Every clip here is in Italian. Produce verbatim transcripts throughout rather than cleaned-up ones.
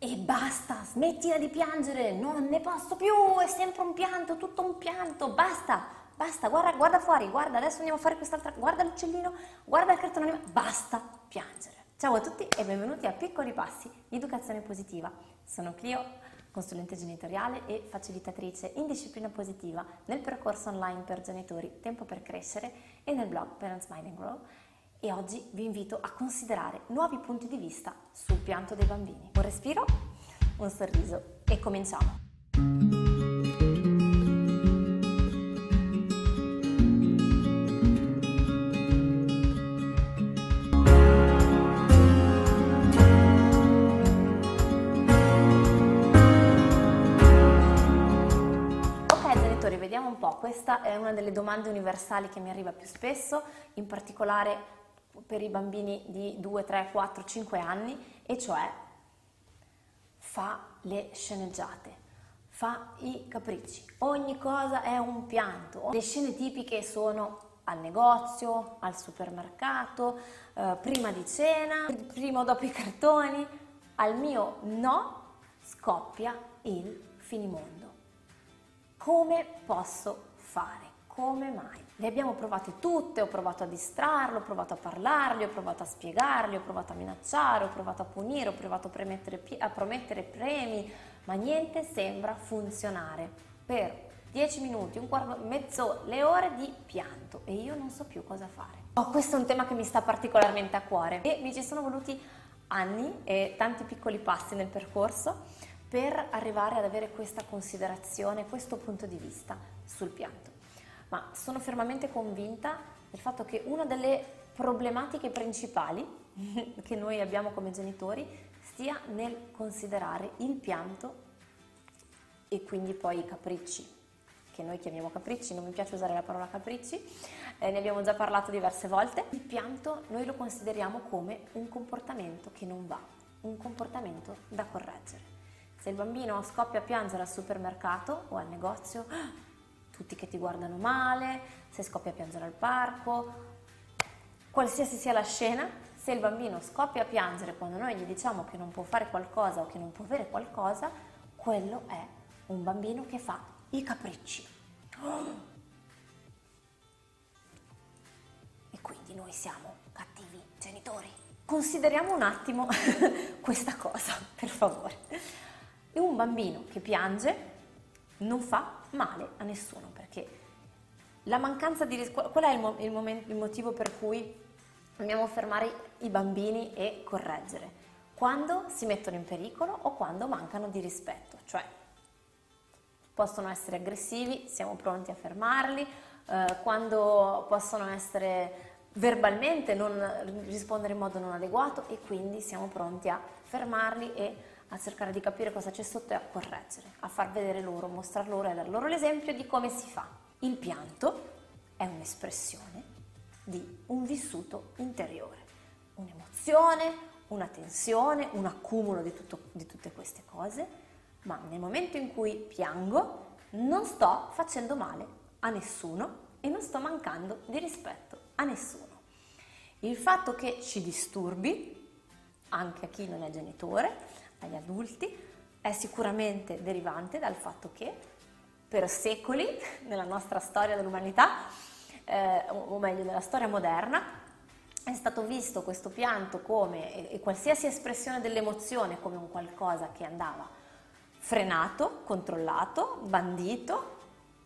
E basta, smettila di piangere, non ne posso più, è sempre un pianto, tutto un pianto, basta, basta, guarda, guarda fuori, guarda, adesso andiamo a fare quest'altra, guarda l'uccellino, guarda il cartone animato, basta piangere. Ciao a tutti e benvenuti a Piccoli Passi di Educazione Positiva. Sono Clio, consulente genitoriale e facilitatrice in disciplina positiva nel percorso online per genitori Tempo per Crescere e nel blog Parents Mind and Grow. E oggi vi invito a considerare nuovi punti di vista sul pianto dei bambini. Un respiro, un sorriso e cominciamo. Ok genitori, vediamo un po', questa è una delle domande universali che mi arriva più spesso, in particolare per i bambini di due, tre, quattro, cinque anni, e cioè fa le sceneggiate, fa i capricci, ogni cosa è un pianto. Le scene tipiche sono al negozio, al supermercato, eh, prima di cena, prima o dopo i cartoni. Al mio no scoppia il finimondo. Come posso fare? Come mai? Le abbiamo provate tutte, ho provato a distrarlo, ho provato a parlargli, ho provato a spiegargli, ho provato a minacciare, ho provato a punire, ho provato a, premettere, a promettere premi, ma niente sembra funzionare. Per dieci minuti, un quarto, mezzo, le ore di pianto e io non so più cosa fare. Oh, questo è un tema che mi sta particolarmente a cuore e mi ci sono voluti anni e tanti piccoli passi nel percorso per arrivare ad avere questa considerazione, questo punto di vista sul pianto. Ma sono fermamente convinta del fatto che una delle problematiche principali che noi abbiamo come genitori stia nel considerare il pianto e quindi poi i capricci, che noi chiamiamo capricci, non mi piace usare la parola capricci, eh, ne abbiamo già parlato diverse volte. Il pianto noi lo consideriamo come un comportamento che non va, un comportamento da correggere. Se il bambino scoppia a piangere al supermercato o al negozio, tutti che ti guardano male, se scoppia a piangere al parco, qualsiasi sia la scena, se il bambino scoppia a piangere quando noi gli diciamo che non può fare qualcosa o che non può avere qualcosa, quello è un bambino che fa i capricci. E quindi noi siamo cattivi genitori. Consideriamo un attimo questa cosa, per favore. Un bambino che piange non fa male a nessuno, perché la mancanza di rispetto, qual è il, mo- il, momento, il motivo per cui dobbiamo fermare i bambini e correggere? Quando si mettono in pericolo o quando mancano di rispetto, cioè possono essere aggressivi, siamo pronti a fermarli, eh, quando possono essere verbalmente non rispondere in modo non adeguato e quindi siamo pronti a fermarli e a cercare di capire cosa c'è sotto e a correggere, a far vedere loro, mostrar loro e dar loro l'esempio di come si fa. Il pianto è un'espressione di un vissuto interiore, un'emozione, una tensione, un accumulo di, tutto, di tutte queste cose, ma nel momento in cui piango non sto facendo male a nessuno e non sto mancando di rispetto a nessuno. Il fatto che ci disturbi, anche a chi non è genitore, agli adulti, è sicuramente derivante dal fatto che per secoli nella nostra storia dell'umanità, eh, o meglio nella storia moderna, è stato visto questo pianto come, e, e qualsiasi espressione dell'emozione come un qualcosa che andava frenato, controllato, bandito,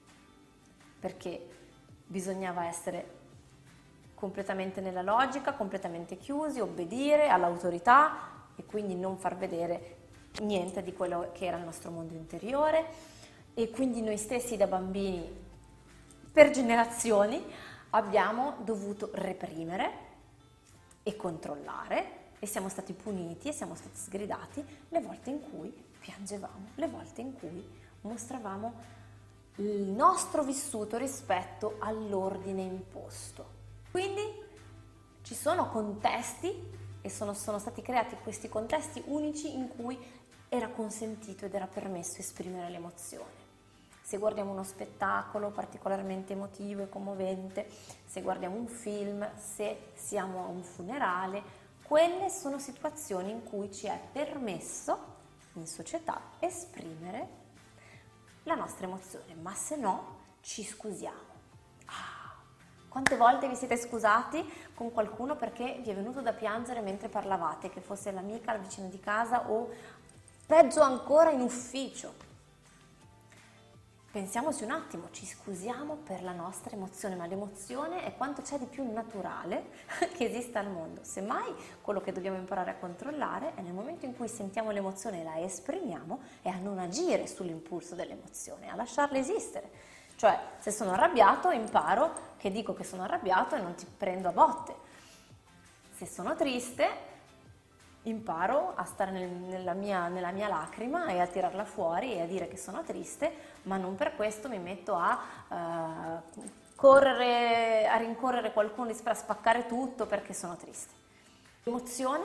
perché bisognava essere completamente nella logica, completamente chiusi, obbedire all'autorità e quindi non far vedere niente di quello che era il nostro mondo interiore, e quindi noi stessi da bambini per generazioni abbiamo dovuto reprimere e controllare e siamo stati puniti e siamo stati sgridati le volte in cui piangevamo, le volte in cui mostravamo il nostro vissuto rispetto all'ordine imposto. Quindi ci sono contesti e sono, sono stati creati questi contesti unici in cui era consentito ed era permesso esprimere l'emozione. Se guardiamo uno spettacolo particolarmente emotivo e commovente, se guardiamo un film, se siamo a un funerale, quelle sono situazioni in cui ci è permesso in società esprimere la nostra emozione, ma se no ci scusiamo. Ah, quante volte vi siete scusati con qualcuno perché vi è venuto da piangere mentre parlavate, che fosse l'amica, il vicino di casa o peggio ancora in ufficio? Pensiamoci un attimo, ci scusiamo per la nostra emozione, ma l'emozione è quanto c'è di più naturale che esista al mondo. Semmai quello che dobbiamo imparare a controllare è nel momento in cui sentiamo l'emozione e la esprimiamo, è a non agire sull'impulso dell'emozione, a lasciarla esistere. Cioè, se sono arrabbiato, imparo che dico che sono arrabbiato e non ti prendo a botte. Se sono triste, imparo a stare nel, nella, mia, nella mia lacrima e a tirarla fuori e a dire che sono triste, ma non per questo mi metto a uh, correre, a rincorrere qualcuno, a spaccare tutto perché sono triste. L'emozione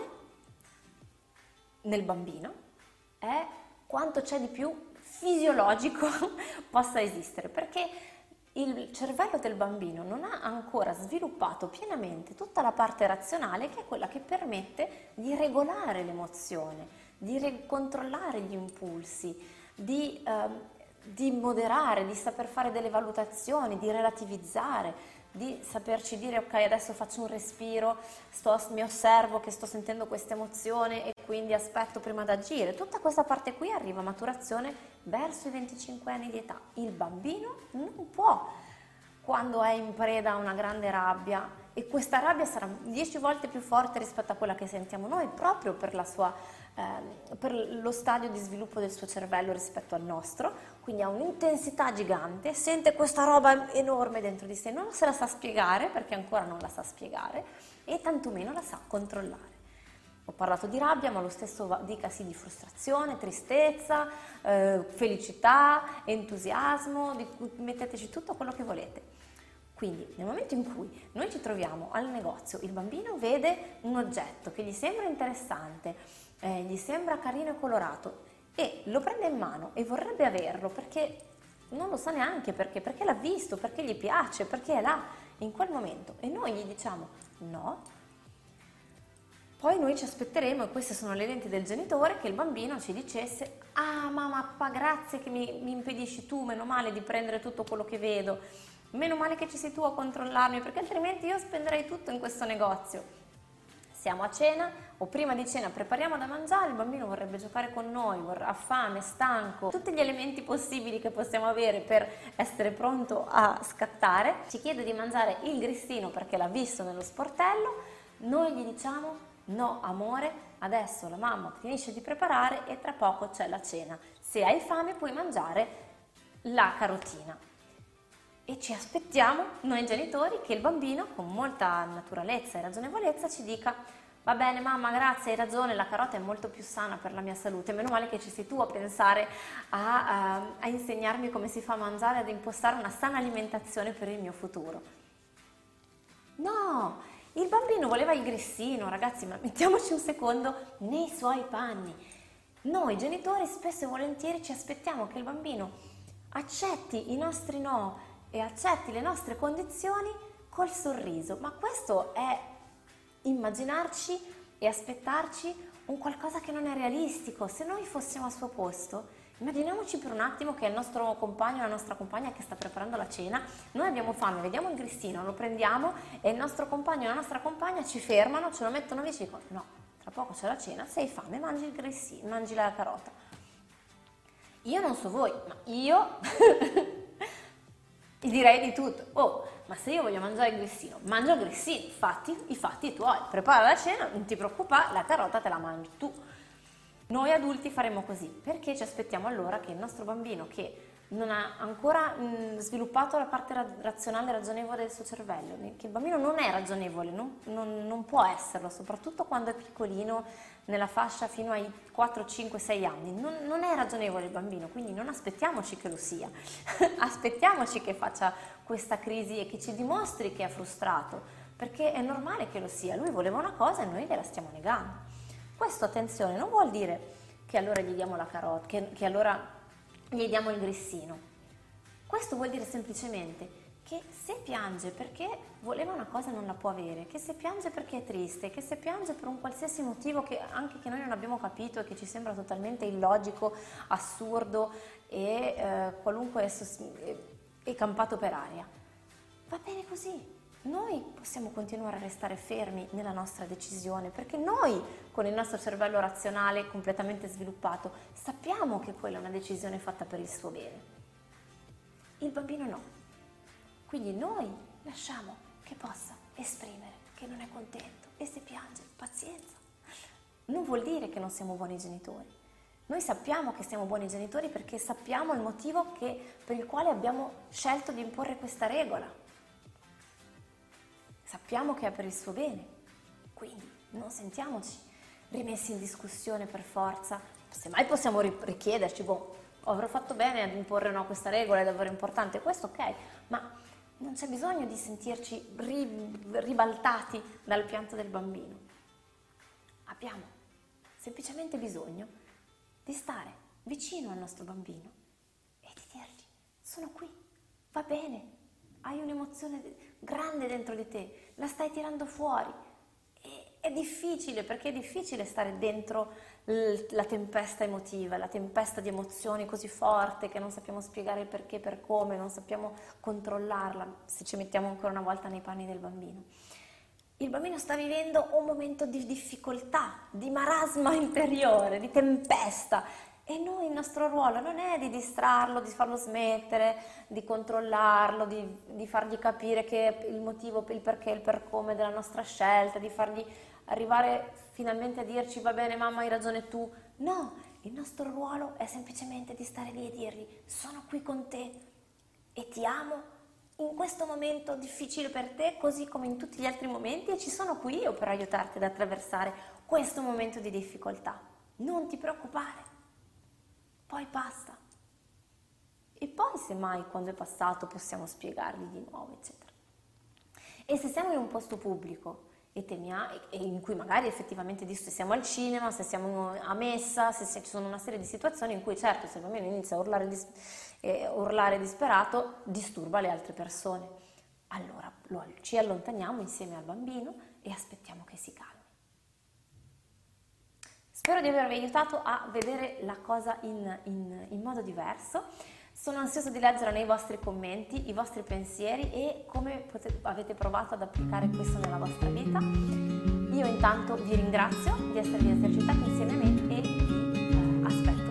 nel bambino è quanto c'è di più fisiologico possa esistere, perché il cervello del bambino non ha ancora sviluppato pienamente tutta la parte razionale, che è quella che permette di regolare l'emozione, di re- controllare gli impulsi, di, eh, di moderare, di saper fare delle valutazioni, di relativizzare, di saperci dire ok, adesso faccio un respiro, sto, mi osservo che sto sentendo questa emozione e quindi aspetto prima di agire. Tutta questa parte qui arriva a maturazione verso i venticinque anni di età. Il bambino non può, quando è in preda a una grande rabbia, e questa rabbia sarà dieci volte più forte rispetto a quella che sentiamo noi, proprio per la sua eh, per lo stadio di sviluppo del suo cervello rispetto al nostro, quindi ha un'intensità gigante, sente questa roba enorme dentro di sé, non se la sa spiegare perché ancora non la sa spiegare e tantomeno la sa controllare. Ho parlato di rabbia, ma lo stesso va, dicasi di frustrazione, tristezza, eh, felicità, entusiasmo, di, metteteci tutto quello che volete. Quindi nel momento in cui noi ci troviamo al negozio, il bambino vede un oggetto che gli sembra interessante, eh, gli sembra carino e colorato e lo prende in mano e vorrebbe averlo perché non lo sa neanche perché, perché l'ha visto, perché gli piace, perché è là in quel momento e noi gli diciamo no. Poi noi ci aspetteremo, e queste sono le lenti del genitore, che il bambino ci dicesse ah mamma, papà, grazie che mi, mi impedisci tu, meno male di prendere tutto quello che vedo, meno male che ci sei tu a controllarmi perché altrimenti io spenderei tutto in questo negozio. Siamo a cena o prima di cena prepariamo da mangiare, il bambino vorrebbe giocare con noi, vorrà, ha fame, stanco, tutti gli elementi possibili che possiamo avere per essere pronto a scattare, ci chiede di mangiare il grissino perché l'ha visto nello sportello, noi gli diciamo no amore, adesso la mamma finisce di preparare e tra poco c'è la cena. Se hai fame puoi mangiare la carotina. E ci aspettiamo, noi genitori, che il bambino con molta naturalezza e ragionevolezza ci dica va bene mamma, grazie, hai ragione, la carota è molto più sana per la mia salute, meno male che ci sei tu a pensare a, a, a insegnarmi come si fa a mangiare, ad impostare una sana alimentazione per il mio futuro. No! Il bambino voleva il grissino, ragazzi, ma mettiamoci un secondo nei suoi panni. Noi genitori spesso e volentieri ci aspettiamo che il bambino accetti i nostri no e accetti le nostre condizioni col sorriso, ma questo è immaginarci e aspettarci un qualcosa che non è realistico. Se noi fossimo al suo posto, immaginiamoci per un attimo che è il nostro compagno o la nostra compagna che sta preparando la cena, noi abbiamo fame, vediamo il grissino, lo prendiamo e il nostro compagno o la nostra compagna ci fermano, ce lo mettono vicino e dicono no, tra poco c'è la cena, se hai fame mangi il grissino, mangi la carota. Io non so voi, ma io gli direi di tutto. Oh, ma se io voglio mangiare il grissino, mangio il grissino, fatti i fatti tuoi, prepara la cena, non ti preoccupare, la carota te la mangi tu. Noi adulti faremo così, perché ci aspettiamo allora che il nostro bambino, che non ha ancora mh, sviluppato la parte ra- razionale e ragionevole del suo cervello, che il bambino non è ragionevole, non, non, non può esserlo, soprattutto quando è piccolino, nella fascia fino ai quattro, cinque, sei anni, non, non è ragionevole il bambino, quindi non aspettiamoci che lo sia, aspettiamoci che faccia questa crisi e che ci dimostri che è frustrato, perché è normale che lo sia, lui voleva una cosa e noi gliela stiamo negando. Questo, attenzione, non vuol dire che allora gli diamo la carota, che, che allora gli diamo il grissino. Questo vuol dire semplicemente che se piange perché voleva una cosa e non la può avere, che se piange perché è triste, che se piange per un qualsiasi motivo che anche che noi non abbiamo capito e che ci sembra totalmente illogico, assurdo e eh, qualunque è campato per aria, va bene così. Noi possiamo continuare a restare fermi nella nostra decisione perché noi, con il nostro cervello razionale completamente sviluppato, sappiamo che quella è una decisione fatta per il suo bene. Il bambino no. Quindi noi lasciamo che possa esprimere che non è contento e se piange, pazienza. Non vuol dire che non siamo buoni genitori. Noi sappiamo che siamo buoni genitori perché sappiamo il motivo che, per il quale abbiamo scelto di imporre questa regola. Sappiamo che è per il suo bene, quindi non sentiamoci rimessi in discussione per forza. Semmai possiamo richiederci, boh, avrò fatto bene ad imporre no questa regola, è davvero importante, questo ok, ma non c'è bisogno di sentirci ribaltati dal pianto del bambino. Abbiamo semplicemente bisogno di stare vicino al nostro bambino e di dirgli: sono qui, va bene. Hai un'emozione grande dentro di te, la stai tirando fuori. E è difficile, perché è difficile stare dentro la tempesta emotiva, la tempesta di emozioni così forte che non sappiamo spiegare il perché, per come, non sappiamo controllarla, se ci mettiamo ancora una volta nei panni del bambino. Il bambino sta vivendo un momento di difficoltà, di marasma interiore, di tempesta. E noi, il nostro ruolo non è di distrarlo, di farlo smettere, di controllarlo, di, di fargli capire che il motivo, il perché, il per come della nostra scelta, di fargli arrivare finalmente a dirci: va bene mamma, hai ragione tu. No, il nostro ruolo è semplicemente di stare lì e dirgli: sono qui con te e ti amo in questo momento difficile per te, così come in tutti gli altri momenti, e ci sono qui io per aiutarti ad attraversare questo momento di difficoltà. Non ti preoccupare. Poi basta. E poi semmai quando è passato possiamo spiegargli di nuovo, eccetera. E se siamo in un posto pubblico e, temia, e in cui magari effettivamente se siamo al cinema, se siamo a messa, se ci sono una serie di situazioni in cui certo se il bambino inizia a urlare, dis, eh, urlare disperato, disturba le altre persone. Allora lo, ci allontaniamo insieme al bambino e aspettiamo che si calmi. Spero di avervi aiutato a vedere la cosa in, in, in modo diverso. Sono ansiosa di leggere nei vostri commenti i vostri pensieri e come potete, avete provato ad applicare questo nella vostra vita. Io intanto vi ringrazio di esservi esercitati insieme a me e vi eh, aspetto